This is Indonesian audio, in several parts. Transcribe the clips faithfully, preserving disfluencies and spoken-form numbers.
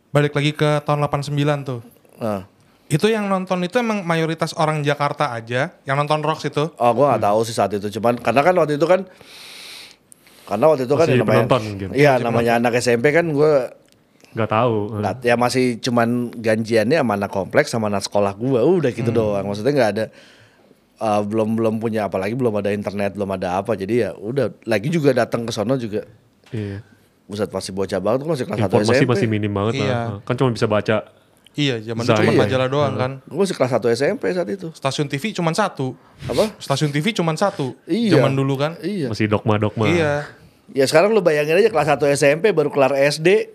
balik lagi ke tahun delapan puluh sembilan tuh. Nah. Itu yang nonton itu emang mayoritas orang Jakarta aja yang nonton Rocks itu. Oh, gue nggak hmm. tahu sih saat itu. Cuman karena kan waktu itu kan, karena waktu itu masih kan namanya, iya namanya penonton. Anak S M P kan gue nggak tahu. Gak, ya masih cuman ganjiannya sama anak kompleks sama anak sekolah gue, udah gitu hmm. doang. Maksudnya nggak ada, uh, belum belum punya apalagi belum ada internet, belum ada apa. Jadi ya udah. Lagi juga datang ke sono juga. Iya. Buset masih bocah banget tuh masih kelas satu S M P. Informasi masih minim banget iya. lah. Kan cuma bisa baca. Iya, zaman itu cuma majalah doang hmm. kan. Gue masih kelas satu S M P saat itu. Stasiun T V cuma satu. Apa? Stasiun T V cuma satu. Iya. Zaman dulu kan. Iya. Masih dogma-dogma. Iya. Ya sekarang lu bayangin aja kelas satu S M P baru kelar S D.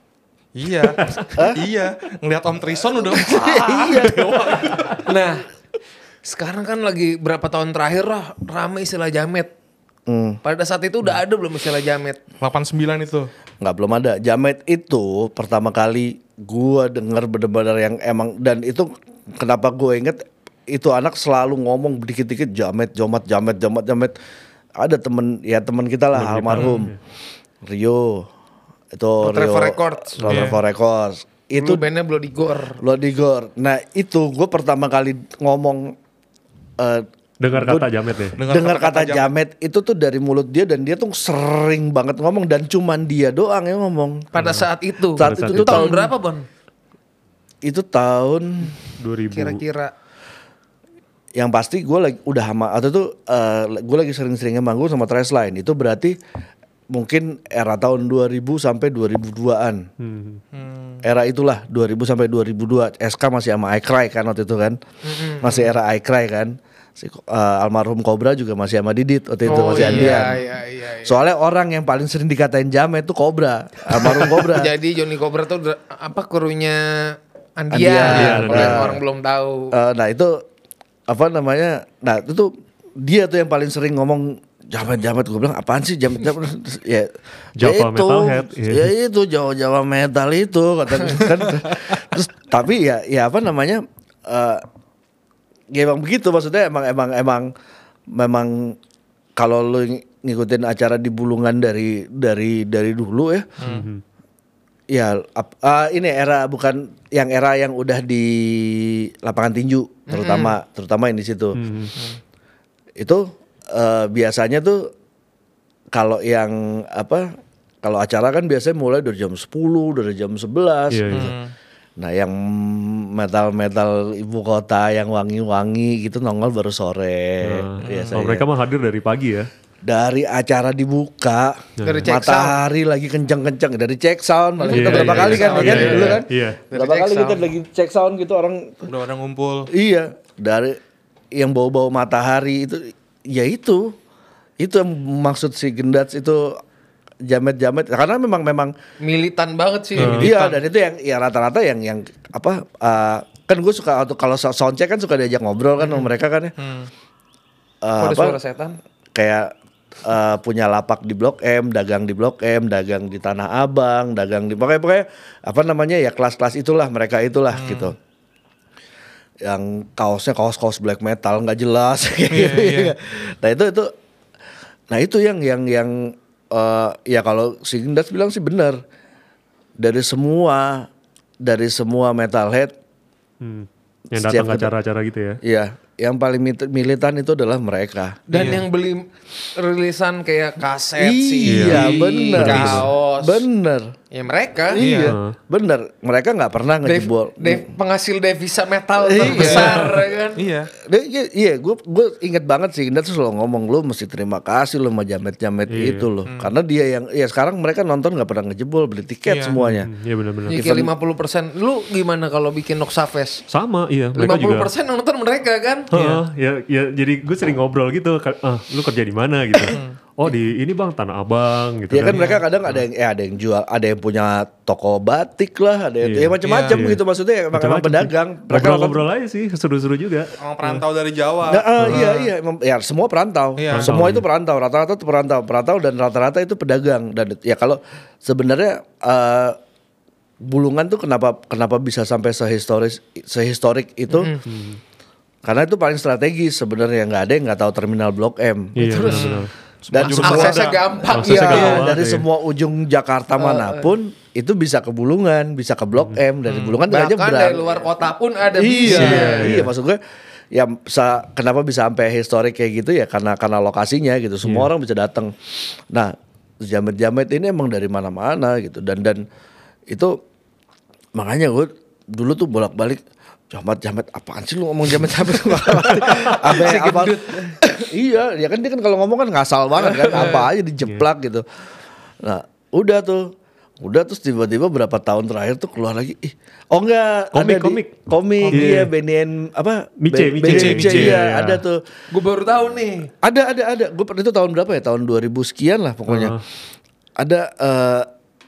Iya. Iya. Ngeliat Om Trison udah. Iya. Nah, sekarang kan lagi berapa tahun terakhir lah rame istilah jamet. Hmm. Pada saat itu udah ada belum istilah jamet? delapan puluh sembilan itu. Nggak, belum ada. Jamet itu pertama kali gue denger bener-bener yang emang, dan itu kenapa gue inget itu anak selalu ngomong dikit-dikit jamet, jomat, jamet, jomat, jamet. Ada temen, ya temen kita lah temen almarhum kita, ya. Rio itu Rio Records, Rio yeah. Records. Itu dulu bandnya Bloody Gore. Bloody Gore. Nah itu gue pertama kali ngomong. Uh, dengar kata jamet deh. Dengar kata, kata jamet itu tuh dari mulut dia, dan dia tuh sering banget ngomong, dan cuman dia doang yang ngomong. Pada saat itu. Saat Pada itu, saat itu tahun berapa, Bon? Itu tahun dua ribu. Kira-kira. Yang pasti gue lagi udah sama atau tuh uh, gue lagi sering-seringnya manggung sama Trashline. Itu berarti mungkin era tahun dua ribu sampai dua ribu dua-an. Hmm. Hmm. Era itulah dua ribu sampai dua ribu dua. S K masih sama I Cry kan waktu itu kan. Hmm. Masih era I Cry kan. Si uh, almarhum Cobra juga masih sama Didit waktu itu, oh, masih iya, Andian. Iya, iya, iya. Soalnya orang yang paling sering dikatain jamet itu Cobra, almarhum Cobra. Jadi Johnny Cobra tuh apa krunya Andian, Andian. Kalau Nah, orang belum tahu. Uh, nah itu apa namanya? Nah itu tuh dia tuh yang paling sering ngomong jamet-jamet. Gue bilang apaan sih jamet-jamet? Ya Java itu, Metalhead. Ya itu Jawa-Jawa metal itu kata kan. Terus tapi ya ya apa namanya? Uh, Ya emang begitu, maksudnya emang emang emang memang kalau lu ngikutin acara di Bulungan dari dari dari dulu ya, mm-hmm. ya uh, ini era bukan yang era yang udah di lapangan tinju terutama mm-hmm. terutama yang di situ, mm-hmm. itu uh, biasanya tuh kalau yang apa kalau acara kan biasanya mulai dari jam sepuluh dari jam sebelas. Yeah, gitu. Mm-hmm. Nah yang metal-metal ibu kota yang wangi-wangi gitu nongol baru sore. Nah, oh, mereka mah hadir dari pagi ya? Dari acara dibuka, dari matahari sound. Lagi kenceng-kenceng, dari check sound. Malah yeah, kita berapa yeah, kali yeah, kan, yeah, kan yeah, dulu kan? Iya. Berapa kali kita lagi check sound gitu orang. Udah orang ngumpul. Iya, dari yang bau-bau matahari itu, ya itu, itu yang maksud si Gendats itu. Jamet-jamet karena memang memang militan banget sih. Uh. Iya, dan itu yang ya rata-rata yang yang apa uh, kan gue suka kalau soundcheck kan suka diajak ngobrol kan hmm. sama mereka kan ya. Hmm. Uh, apa, suara setan. Kayak uh, punya lapak di Blok M, dagang di Blok M, dagang di Tanah Abang, dagang di pokoknya pokoknya apa namanya ya kelas-kelas itulah mereka itulah hmm. gitu. Yang kaosnya kaos-kaos black metal nggak jelas. Yeah, yeah. Nah itu itu, nah itu yang yang yang Uh, ya kalau si Gendats bilang sih benar, dari semua dari semua metalhead hmm. yang datang ke acara-acara gitu ya. Iya, yang paling militan itu adalah mereka. Dan iya. yang beli rilisan kayak kaset sih. Iya, benar. Kaos. Bener. Ya mereka. Iya, uh. bener. Mereka nggak pernah ngejebol. Dev, penghasil devisa metal terbesar ya kan. Iya. Iya, iya. Gue gue inget banget sih. Gendats selalu ngomong lu mesti terima kasih lu sama jamet-jamet iya. itu loh. Hmm. Karena dia yang, ya sekarang mereka nonton nggak pernah ngejebol, beli tiket iya. semuanya. Iya hmm, benar-benar. Jadi kayak lima puluh persen. Lu gimana kalau bikin Noxafest? Sama, iya. lima puluh persen nonton mereka kan. Uh, ya, ya. Jadi gue sering ngobrol gitu. Ah, lu kerja di mana gitu? Oh di ini bang Tanah Abang gitu. Ya kan, kan mereka kadang ada yang, eh ada yang jual, ada yang punya toko batik lah, ada yang iya. ya macam-macam iya, gitu iya. maksudnya emang, emang pedagang. Ngobrol-ngobrol aja sih, seru-seru juga. Emang perantau dari Jawa. Nah, uh, uh. Iya iya, emang, ya semua perantau, iya. semua itu perantau, rata-rata itu perantau, perantau dan rata-rata itu pedagang. Dan ya kalau sebenarnya uh, Bulungan tuh kenapa kenapa bisa sampai sehistoris sehistorik itu? Mm-hmm. Karena itu paling strategis sebenarnya, nggak ada yang nggak tahu terminal Blok M. Iya, terus benar-benar. Dan Semua semua Aksesnya gampang. Aksesnya iya, gampang banget, dari ya. semua ujung Jakarta manapun itu bisa ke Bulungan, bisa ke Blok M, dari Bulungan tinggal Bahkan nyebrang. dari luar kota pun ada Iya, bisa. iya, iya, maksud gue ya bisa, kenapa bisa sampai historik kayak gitu ya karena karena lokasinya gitu. Semua orang bisa datang. Nah, jamet-jamet ini emang dari mana-mana gitu dan dan itu makanya gue dulu tuh bolak-balik jamet-jamet apaan sih lu ngomong jamet-jamet apa apa iya ya kan dia kan kalau ngomong kan ngasal banget kan apa aja dijeplak gitu. Nah udah tuh udah terus tiba-tiba berapa tahun terakhir tuh keluar lagi ih oh enggak Komik, ada di, komik. komik Iya. iya Benien apa Mice, Ben- Mice, Benien Mice, iya iya. ada tuh Gue baru tahu nih. ada ada ada gue pernah itu tahun berapa ya tahun dua ribu sekian lah pokoknya Uh. ada eh,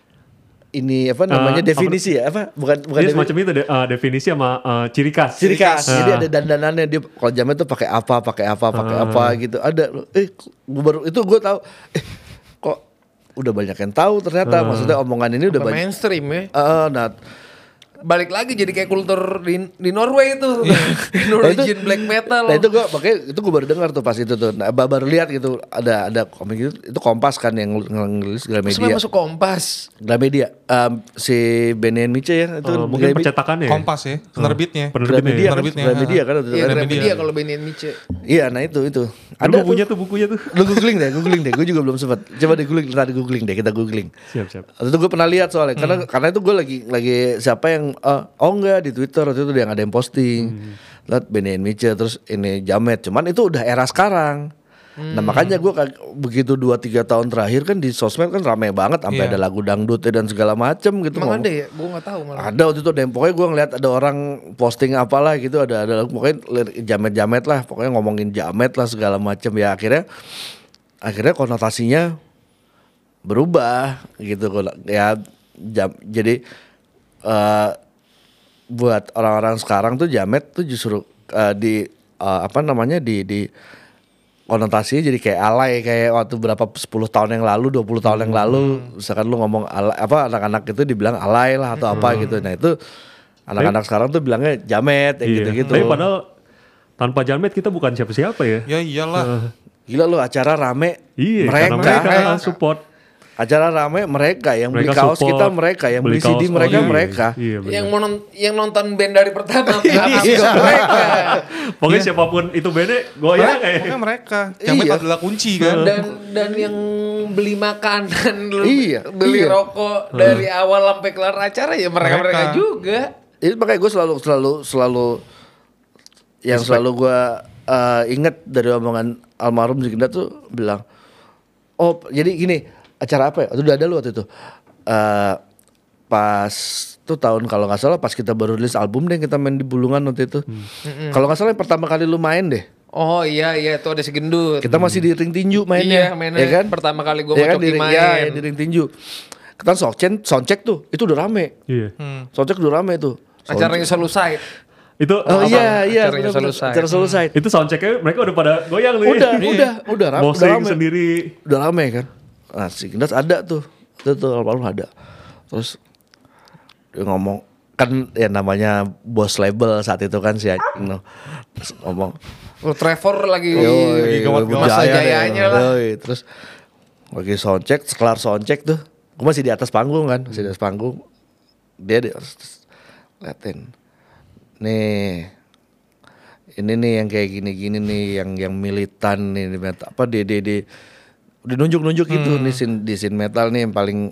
ini apa namanya Uh, definisi ya apa bukan bukan Dia definisi. semacam itu de- uh, definisi sama uh, ciri khas. Ciri khas. Ah. Jadi ada dandanannya dia kalau jamet tuh pakai apa, pakai apa, pakai Ah. apa gitu. Ada eh gue baru itu gue tahu eh kok udah banyak yang tahu ternyata Ah. maksudnya omongan ini udah Udah banyak. mainstream ya. Eh, nah, Balik lagi jadi kayak kultur di, di Norway itu. Nah, itu- Norwegian black metal. nah itu gue pakai itu gue baru dengar tuh pas itu tuh. Nah, ba- baru lihat gitu ada ada komik gitu itu Kompas kan yang ng- nulis Terus Gramedia. masuk Kompas. Gramedia um, si Benien Mice ya itu Uh, mungkin Gramedia. pencetakannya ya? Kompas ya, penerbitnya. Penerbitnya Gramedia ya? kan, Penerbitnya, Gramedia ha. kan waktu itu. Iya Gramedia. Gramedia kalau Benien Mice. Iya, nah itu itu. Ada tuh. bukunya tuh bukunya tuh. Lu googling deh, googling deh. Gue juga belum sempat. Coba deh googling, tadi googling deh, kita googling. Siap siap. Waktu itu gue pernah lihat soalnya, karena karena itu gue lagi lagi siapa yang eh, oh enggak di Twitter waktu itu yang ada yang posting, lihat Benien Mice terus ini Jamet, cuman itu udah era sekarang. Nah makanya gue begitu dua tiga tahun terakhir kan di sosmed kan rame banget, sampai Iya. ada lagu dangdutnya dan segala macem gitu. Emang ngomong. ada ya? Gue gak tahu malah. Ada waktu itu dan pokoknya gue ngeliat ada orang posting apalah gitu ada ada pokoknya lirik jamet-jamet lah pokoknya ngomongin jamet lah segala macam ya akhirnya akhirnya konotasinya berubah gitu ya jam, jadi eh, buat orang-orang sekarang tuh jamet tuh justru eh, di eh, apa namanya di di konotasinya jadi kayak alay kayak waktu berapa sepuluh tahun yang lalu dua puluh tahun yang lalu misalkan lu ngomong alay, apa anak-anak itu dibilang alay lah atau apa gitu. Nah itu anak-anak sekarang tuh bilangnya jamet ya Iya. gitu-gitu. Tapi padahal tanpa jamet kita bukan siapa-siapa ya. Ya iyalah. Gila lu acara rame Iya, mereka, karena mereka support. acara rame mereka yang beli Mereka kaos support, kita mereka yang beli, beli C D kaos, mereka oh iya, mereka. Iya, benar. Yang mau non- yang nonton band dari pertama Iya. Upscale mereka. Pokoknya siapapun itu bandnya goyang kayak. Pokoknya mereka. Jamet Iya. adalah kunci kan. Dan dan yang beli makanan, lu Iya, beli iya. rokok dari awal sampai kelar acara ya mereka mereka Mereka. juga. Itu makanya gue selalu selalu selalu yang selalu gue uh, inget dari omongan almarhum Zigda tuh bilang, oh jadi gini acara apa ya? Udah ada lu waktu itu. Uh, pas tuh tahun kalau nggak salah pas kita baru rilis album deh kita main di Bulungan waktu itu. Kalau nggak salah yang pertama kali lu main deh. Oh iya iya tuh ada si gendut. Kita masih di ring tinju mainnya. Iya, mainnya ya kan? pertama kali gua ya sama kan, di Coki ring, main. ya, ya, di ring tinju. Kita soundcheck, soundcheck tuh, itu udah rame. Iya. Soundcheck udah rame tuh. Acaranya Solusite. Itu Oh apa? iya iya, Acaranya bener-bener. selesai. acara selesai. Itu soundchecknya mereka udah pada goyang nih. Udah, udah, udah, ra- udah Bosing rame. sendiri. Udah rame kan. Nah si Gindas ada tuh. Itu tuh almarhum ada. Terus dia ngomong kan ya namanya bos label saat itu kan si anjing no. Terus ngomong Oh, Trevor lagi Yoi, lagi gawat-gawat masa jaya jayanya deh. lah. Yoi, terus lagi soundcheck, kelar soundcheck tuh. Gue masih di atas panggung kan, masih di atas panggung. Dia dia terus liatin. Nih. Ini nih yang kayak gini-gini nih yang yang militan nih apa di di di dinunjuk-nunjuk gitu nih scene, di scene metal nih yang paling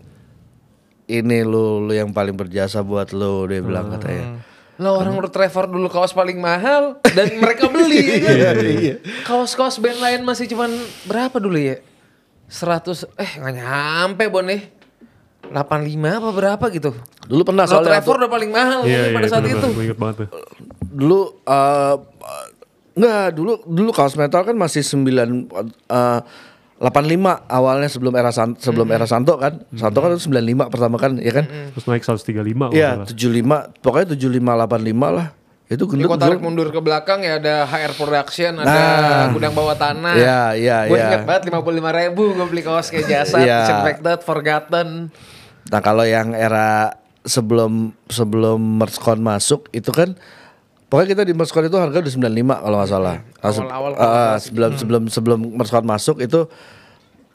ini lu lu yang paling berjasa buat lu dia bilang katanya. Lah orang menurut Trevor dulu kaos paling mahal dan mereka beli ya kan? Kaos-kaos band lain masih cuman berapa dulu ya? seratus eh nggak nyampe Bon eh. delapan puluh lima apa berapa gitu. Dulu pernah Kalau soalnya Trevor waktu- udah paling mahal Iya, mungkin iya, pada saat bener-bener. itu. Gue inget banget tuh. dulu uh, enggak dulu dulu kaos metal kan masih sembilan uh, delapan puluh lima awalnya sebelum era San, sebelum era Santo kan. Santo kan itu sembilan puluh lima pertama kan ya kan. Terus naik seratus tiga puluh lima. Iya, tujuh puluh lima pokoknya tujuh puluh lima delapan puluh lima lah. Itu Ini gendut kok tarik gua- mundur ke belakang ya ada H R Production, ada Nah. gudang bawah tanah. Iya, iya, Gue iya. inget banget lima puluh lima ribu gue beli kaos kayak Jasad, Iya. Disinfected, Forgotten. Nah, kalau yang era sebelum sebelum Mercon masuk itu kan pokoknya kita di Mercon itu harga udah sembilan puluh lima kalau nggak salah. Awal-awal Ah, sebelum sebelum sebelum Mercon masuk itu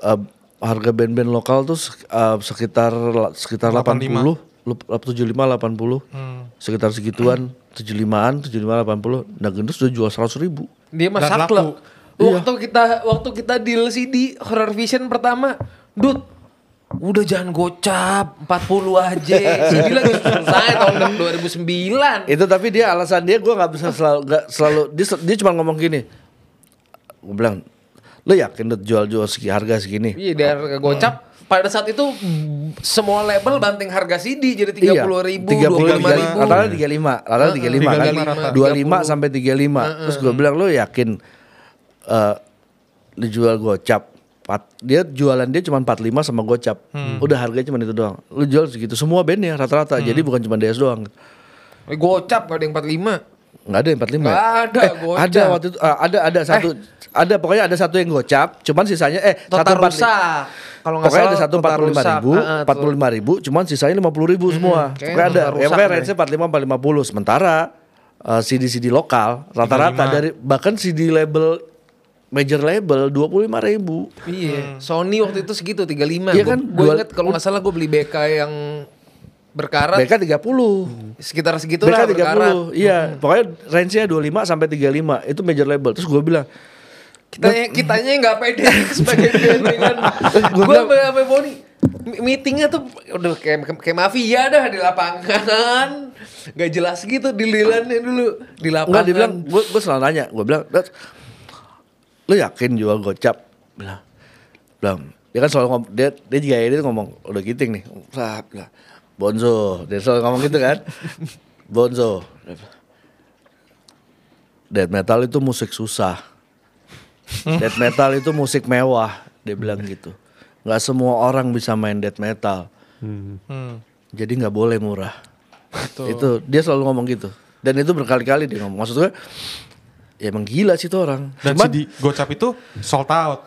uh, harga band-band lokal tuh uh, sekitar sekitar delapan delapan puluh, tujuh puluh lima, delapan puluh, hmm. sekitar segituan, tujuh puluh limaan, tujuh puluh lima, delapan puluh. Nah Gendut sudah jual seratus ribu. Dia mah Dan saklek. laku. Waktu kita waktu kita deal C D Horror Vision pertama, Dut, udah jangan gocap, empat puluh aja. C D lagi selesai tahun dua ribu sembilan. Itu tapi dia alasan dia gue nggak bisa selalu gak selalu dia, dia cuma ngomong gini. Gue bilang, lo yakin Dut jual-jual segi harga segini? Iya, dia harga gocap. Pada saat itu semua label banting harga C D jadi tiga puluh ribu, dua puluh lima ribu. Rata-rata tiga puluh lima, rata-rata tiga puluh lima kan, dua puluh lima sampai tiga puluh lima. Terus gue bilang lo yakin uh, dijual gocap? Pat, dia jualan dia cuma empat puluh lima sama gocap. Hmm. Udah harganya cuma itu doang. Lu jual segitu semua bandnya rata-rata. Hmm. Jadi bukan cuma D S doang. Gocap gak ada yang empat puluh lima. Enggak ada yang empat puluh lima. Gak ada eh, gocap. Ada waktu itu uh, ada ada satu eh. ada pokoknya ada satu yang gocap, cuman sisanya eh total satu rusak. Kalau nggak pokoknya salah ada satu empat puluh lima ribu, empat puluh lima ribu, cuman sisanya lima puluh ribu semua. Hmm, pokoknya ada, yang pokoknya range-nya empat puluh lima sampai lima puluh. Sementara uh, C D C D lokal rata-rata dari bahkan C D label major label dua puluh lima ribu. Iya. Hmm. Sony waktu itu segitu tiga puluh lima. Iya kan. Gue inget kalau nggak salah gue beli B K yang berkarat. B K tiga puluh. Sekitar segitu B K lah tiga puluh. berkarat. Iya. Hmm. Pokoknya range-nya dua puluh lima sampai tiga puluh lima. Itu major label. Terus gue bilang. Kitanya, kitanya nggak pede sebagai band kan. Gue sama Boni. Meetingnya tuh udah kayak, kayak mafia dah di lapangan. Gak jelas gitu dililannya dulu. Di lapangan. Enggak, dia bilang. Gue selalu nanya. Gue bilang. Lu yakin jual gocap? Bilang, bilang, dia kan selalu ngomong, dia, dia juga dia ngomong, udah giting nih, saat, Bonzo, dia selalu ngomong gitu kan, Bonzo, death metal itu musik susah, death metal itu musik mewah, dia bilang gitu, nggak semua orang bisa main death metal, hmm. jadi nggak boleh murah, Betul. Itu dia selalu ngomong gitu, dan itu berkali-kali dia ngomong, maksudnya. Ya emang gila sih tuh orang. Dan Cuman, C D gocap itu sold out.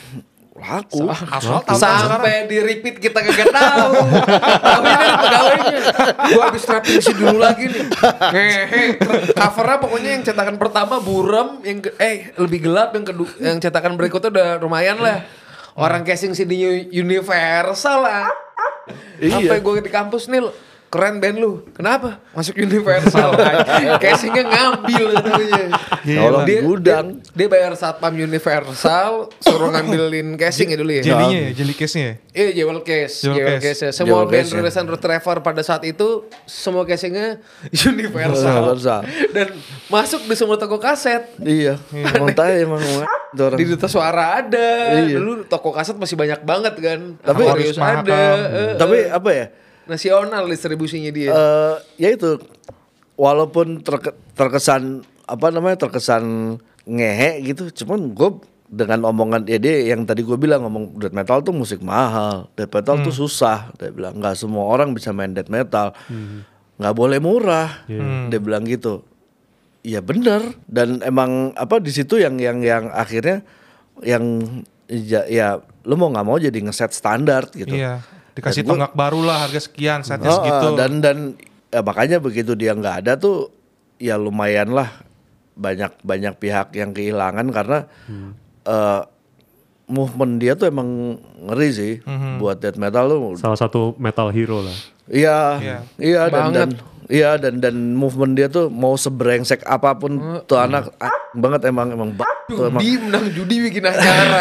Laku. Sold out sampai di repeat kita kagak tahu. Tahu ini pegawainya. Gua habis trapping sih dulu lagi nih. Hehe. Covernya pokoknya yang cetakan pertama buram, yang eh lebih gelap, yang kedua yang cetakan berikutnya udah lumayan lah. Orang casing C D Universal lah. Iya. Sampai gue di kampus nih, keren band lu. Kenapa? Masuk Universal. Casingnya ngambil katanya. Tolong dia, gudang. Dia, dia bayar satpam Universal, suruh ngambilin casing ya dulu ya. Jelinya ya, jeli case-nya ya? Iya, jewel case. Jewel Jewel case. case ya. Semua Jewel band case, ya. rilisan Road Trevor pada saat itu, semua casingnya Universal. Universal. Dan masuk di semua toko kaset. Iya. Emang tahu emang itu orang. Di Duta Suara ada. Iya. Dulu toko kaset masih banyak banget kan. Tapi Aquarius ada. Uh, Tapi apa ya? Nasional distribusinya dia. Uh, ya itu walaupun terke, terkesan apa namanya terkesan ngehe gitu, cuman gue dengan omongan ya dia yang tadi gue bilang ngomong death metal tuh musik mahal, death metal hmm. tuh susah, dia bilang nggak semua orang bisa main death metal, nggak hmm. boleh murah, hmm. dia bilang gitu. Iya bener, dan emang apa di situ yang yang yang akhirnya yang ya, ya lu mau nggak mau jadi ngeset standar gitu. Iya. Dikasih dan tonggak gua, baru lah harga sekian setnya oh, segitu. Dan dan ya makanya begitu dia nggak ada tuh ya lumayan lah banyak banyak pihak yang kehilangan karena hmm. uh, movement dia tuh emang ngeri sih hmm. buat death metal tuh. Salah satu metal hero lah. Iya, iya, iya dan, dan iya dan dan movement dia tuh mau sebrengsek apapun uh, tuh uh. anak ah, banget emang emang tuh emang. Judi menang judi bikin acara.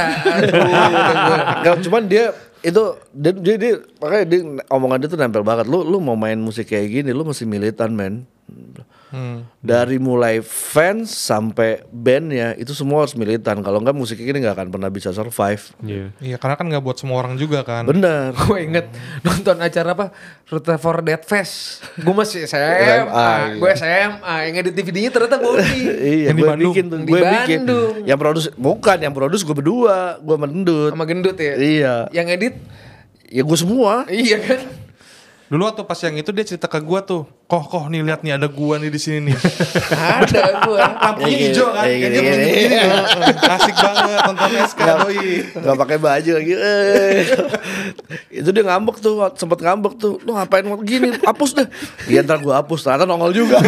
Aduh, cuman dia itu dia, dia, dia makanya dia omongan dia tuh nempel banget. Lu lu mau main musik kayak gini lu mesti militan men. Hmm. Dari mulai fans sampai bandnya itu semua harus militan. Kalau enggak musik ini nggak akan pernah bisa survive. Iya, yeah. Iya karena kan nggak buat semua orang juga kan. Bener. Gue inget nonton acara apa Root for Death Fest. Gue masih S M A, gue S M A. Yang edit D V D-nya ternyata Boni. Iya, gue bikin tuh. Gue bikin. Yang produs bukan, yang produs gue berdua. Gue mendut. Sama gendut ya. Iya. Yang edit? Ya gue semua. Iya kan. Dulu waktu pas yang itu dia cerita ke gua tuh, koh koh nih lihat nih ada gua nih di sini nih. Ada gua. Lampunya Kayak hijau kan, gini, kayak kayak dia gini. begini loh. Asik banget nonton S K doi. Gak pakai baju lagi. Eh. Itu dia ngambek tuh, sempet ngambek tuh. Lu ngapain gini? Hapus deh. Iya ntar gue hapus. Ternyata nongol juga.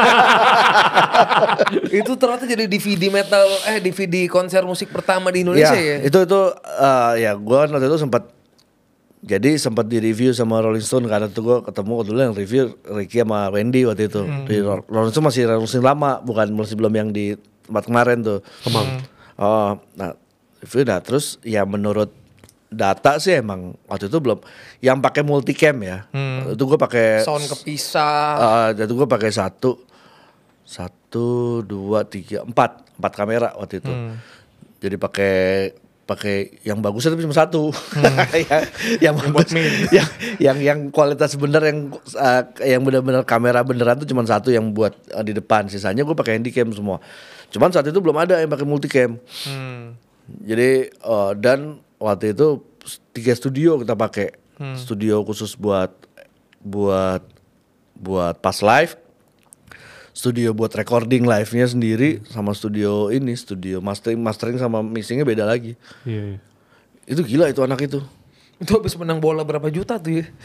Itu ternyata jadi D V D metal eh D V D konser musik pertama di Indonesia ya. Itu itu eh, ya gue waktu itu sempat jadi sempat di review sama Rolling Stone karena tuh gue ketemu kebetulan yang review Ricky sama Wendy waktu itu. Di Rolling Stone masih Rolling Stone lama, bukan masih belum yang di tempat kemarin tuh. Kemang. Oh, nah review dah terus ya menurut data sih emang waktu itu belum yang pakai multicam ya. Hmm. Itu gue pakai Sound kepisah. Uh, itu gue pakai satu, satu, dua, tiga, empat, empat kamera waktu itu. Hmm. Jadi pakai pakai yang bagus tapi cuma satu, yang, yang buat bagus, main. yang yang yang kualitas bener yang uh, yang benar-benar kamera beneran tuh cuma satu yang buat uh, di depan. Sisanya gue pakai handycam semua. Cuman saat itu belum ada yang pakai multicam. Hmm. Jadi uh, dan waktu itu tiga studio kita pakai, Hmm. studio khusus buat buat buat pas live, studio buat recording live-nya sendiri, sama studio ini studio mastering mastering sama mixingnya beda lagi. Iya, iya. Itu gila itu anak itu. Itu habis menang bola berapa juta tuh ya?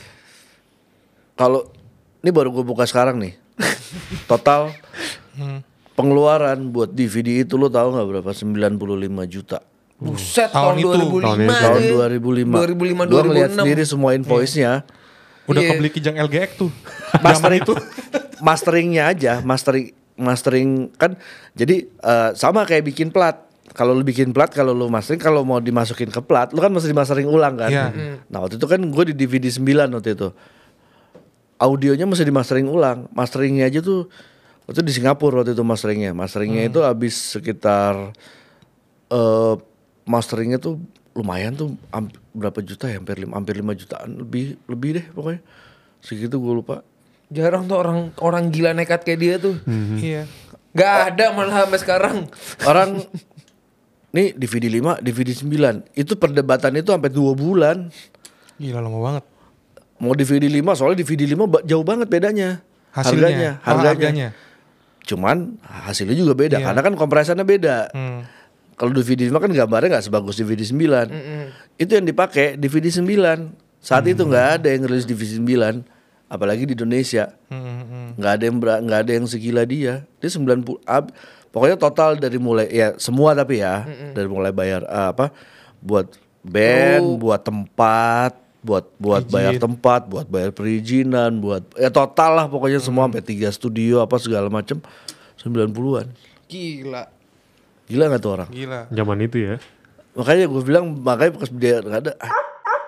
Kalau ini baru gue buka sekarang nih, total pengeluaran buat D V D itu lo tahu nggak berapa? sembilan puluh lima juta. Buset Tahun tahun, itu, dua ribu lima tahun itu. Tahun aja. dua ribu lima. dua ribu lima, Gue dua ribu ngeliat enam. sendiri semua invoice-nya. Udah Iya. kebeli kijang L G X tuh. Master itu masteringnya aja, mastering mastering kan jadi eh, sama kayak bikin plat. Kalau lu bikin plat, kalau lu mastering, kalau mau dimasukin ke plat, lu kan mesti dimastering ulang kan. Iya. Nah waktu itu kan gue di D V D sembilan waktu itu. Audionya mesti dimastering ulang. Masteringnya aja tuh waktu itu di Singapura waktu itu masteringnya. Masteringnya itu habis sekitar eh masteringnya tuh lumayan tuh amp- berapa juta ya, hampir lima, hampir lima jutaan lebih lebih deh pokoknya. Segitu gue lupa. Jarang tuh orang orang gila nekat kayak dia tuh. Iya. Gak ada malah sampai sekarang. Orang nih D V D lima, D V D sembilan. Itu perdebatan itu sampai dua bulan. Gila lama banget. Mau D V D lima, soalnya D V D lima ba- jauh banget bedanya. Hasilnya. Harganya, Oh, harganya. harganya. Cuman hasilnya juga beda Iya. karena kan kompresannya beda. Hmm. Kalau D V D lima kan gambarnya nggak sebagus D V D sembilan. Itu yang dipakai D V D sembilan. Saat itu nggak ada yang rilis D V D sembilan, apalagi di Indonesia. Hmm, hmm. Nggak ada yang ber- nggak ada yang segila dia. Dia sembilan puluh ab, pokoknya total dari mulai ya semua tapi ya dari mulai bayar eh, apa buat band, buat tempat, buat buat Izin. bayar tempat, buat bayar perizinan, buat ya total lah pokoknya semua sampai tiga studio apa segala macam sembilan puluhan. Gila. Gila nggak tuh orang? Gila. Zaman itu ya. Makanya gue bilang makanya pas dia nggak ada. ah.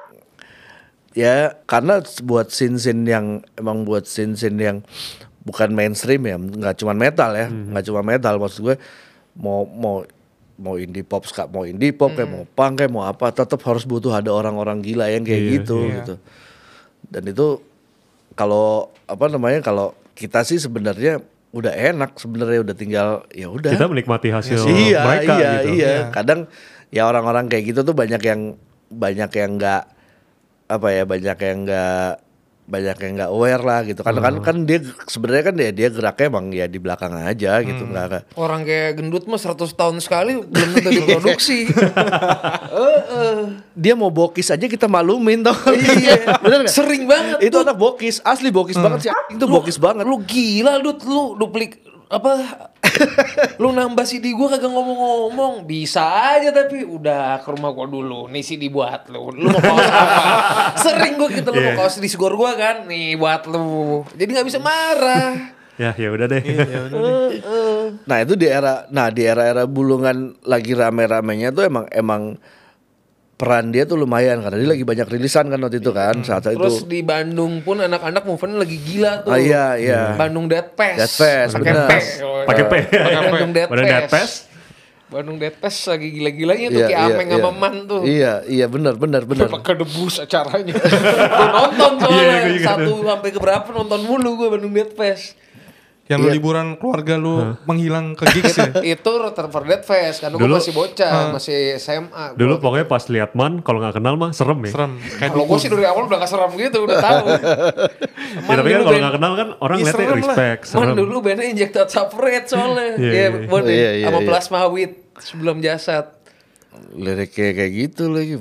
Ya karena buat scene-scene yang emang buat scene-scene yang bukan mainstream ya, nggak cuma metal ya, nggak cuma metal maksud gue mau mau mau indie pop, ska- mau indie pop kayak mau punk kayak mau apa, tetap harus butuh ada orang-orang gila yang kayak Iya, gitu iya. gitu. Dan itu kalau apa namanya kalau kita sih sebenarnya udah enak sebenarnya udah tinggal ya udah. Kita menikmati hasil Iya, mereka iya, gitu. iya. Iya. Kadang ya orang-orang kayak gitu tuh banyak yang banyak yang nggak apa ya, banyak yang nggak banyak yang nggak aware lah gitu. Karena kan kan dia sebenarnya kan dia dia geraknya emang ya di belakang aja gitu, nggak nggak. Orang kayak gendut mah seratus tahun sekali belum tentu diproduksi. Heeh. Dia mau bokis aja kita maklumin tau. Iya. Bener nggak? Sering banget Itu tuh. anak bokis, asli bokis banget sih. Itu bokis banget. Lu gila lu lu duplik apa? Lu nambah C D gua kagak ngomong-ngomong. Bisa aja tapi udah ke rumah gua dulu. Nih C D buat lu. Lu mau kaos apa? Sering gua gitu lu Iya. mau kaos di segor gua kan. Nih buat lu. Jadi nggak bisa marah. Ya, ya udah deh. Nah itu di era, nah di era-era bulungan lagi rame-ramenya tuh emang emang peran dia tuh lumayan karena dia lagi banyak rilisan kan waktu itu kan saat Terus itu. di Bandung pun anak-anak movement lagi gila tuh. Ah, iya, iya. Bandung Dead Fest. Dead Fest, Pakai bener. P. Pakai P. Bandung Dead Bandung Dead Fest. Fest. Bandung Dead Fest lagi gila-gilanya tuh Iya, kayak iya, Ameng iya. sama Man tuh. Iya, iya benar benar benar. Pakai debus acaranya. Gue nonton soalnya Iya, gue juga satu sampai ke berapa nonton mulu gue Bandung Dead Fest. Yang lu Iya. liburan keluarga lu menghilang ke gigs ya. Itu Rutherford Dead Fest karena gue Dulu- masih bocah, masih S M A. Dulu Gua- pokoknya pas lihat Man, kalau nggak kenal mah serem ya. Serem. Kayak Kalau gue dukun. sih dari awal udah gak serem gitu, udah tahu. Ya, tapi kan dulu kalau band- nggak kenal kan orang Ih, ngeliatnya serem lah. respect, Man serem. dulu bandnya Injected Separate soalnya. Iya, Iya, iya, Bon, iya, iya, sama iya. Plasma Wit sebelum jasad. Liriknya kayak gitu lagi.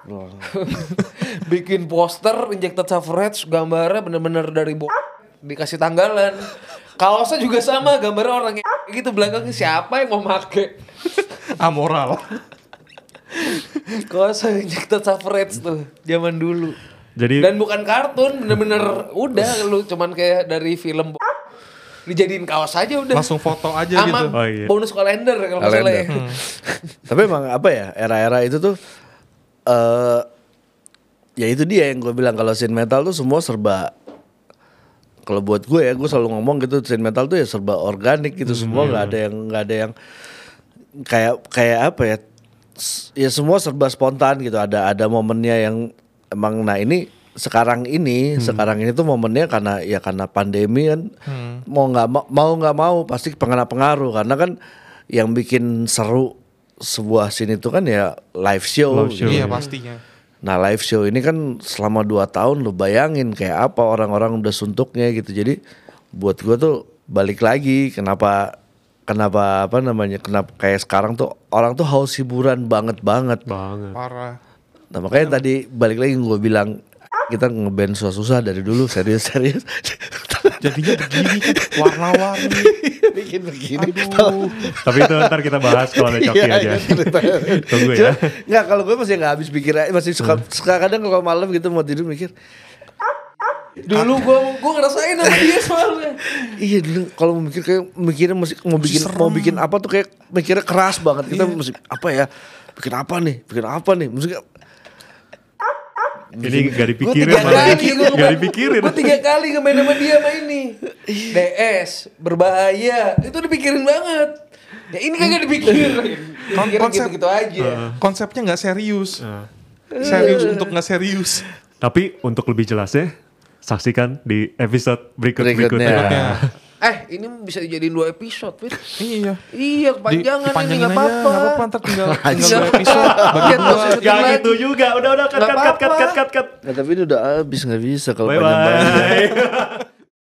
Bikin poster Injected Suffrage, gambarnya bener-bener dari bo dikasih tanggalan. Kaosnya juga sama, gambarnya orang gitu, belakangnya siapa yang mau make. Amoral. Kaosnya Injected Suffrage tuh, zaman dulu. Jadi Dan bukan kartun, bener-bener udah lu cuman kayak dari film bo- dijadiin kaos aja udah. Langsung foto aja Sama gitu. Oh, iya. bonus kalender kalau nggak salah ya. Kalender. Tapi emang apa ya, era-era itu tuh eh ya itu dia yang gue bilang, kalau scene metal tuh semua serba, kalau buat gue ya, gue selalu ngomong gitu, scene metal tuh ya serba organik gitu, semua nggak ada yang nggak ada yang kayak kayak apa ya, s- ya semua serba spontan gitu, ada ada momennya yang emang, nah ini sekarang ini sekarang ini tuh momennya karena ya karena pandemi kan, mau nggak ma- mau nggak mau pasti pengaruh pengaruh karena kan yang bikin seru sebuah scene itu kan ya live show, Live show. Iya Iya. pastinya. Nah live show ini kan selama dua tahun lu bayangin kayak apa orang-orang udah suntuknya gitu. Jadi buat gua tuh balik lagi kenapa kenapa apa namanya kenapa kayak sekarang tuh orang tuh haus hiburan banget banget. banget. Parah. Nah makanya tadi balik lagi gue bilang kita ngeband susah-susah dari dulu, serius-serius. Jadinya begini kan, warna-warni. Bikin begini. Tapi itu ntar kita bahas kalau ada coki Iya, aja. iya. Tunggu Cuma, ya. nggak, kalau gue masih nggak habis pikir, masih suka, suka kadang kalau malam gitu mau tidur mikir, Dulu gua gua ngerasain sama dia soalnya. iya dulu kalau mau mikir kayak mikirnya masih mau bikin mau bikin apa tuh kayak mikirnya keras banget. Kita mesti apa ya? Bikin apa nih? Bikin apa nih? Maksudnya Ini gak Gue dipikirin tiga malah. kali gue Gak dipikirin. Gue tiga kali nge-main sama dia sama ini. D S berbahaya itu dipikirin banget. Ya ini kagak dipikirin. Kon- Pikirin konsep- gitu-gitu aja. Konsepnya nggak serius. Serius untuk nggak serius. Tapi untuk lebih jelasnya, saksikan di episode Berikutnya. berikut-berikutnya. Eh ini bisa dijadiin dua episode, Fit. Iya. Iya Di, kepanjangan ini dipanjangin nggak aja, apa-apa. nggak apa-apa. Ntar tinggal, tinggal Nggak dua episode. apa-apa. Bagi dua. Masukin Gak lagi. gitu juga. Udah, udah, cut, Nggak cut, cut, cut, apa-apa. cut, cut, cut. Nah, tapi ini udah habis nggak bisa kalau Bye panjang-panjang. bye.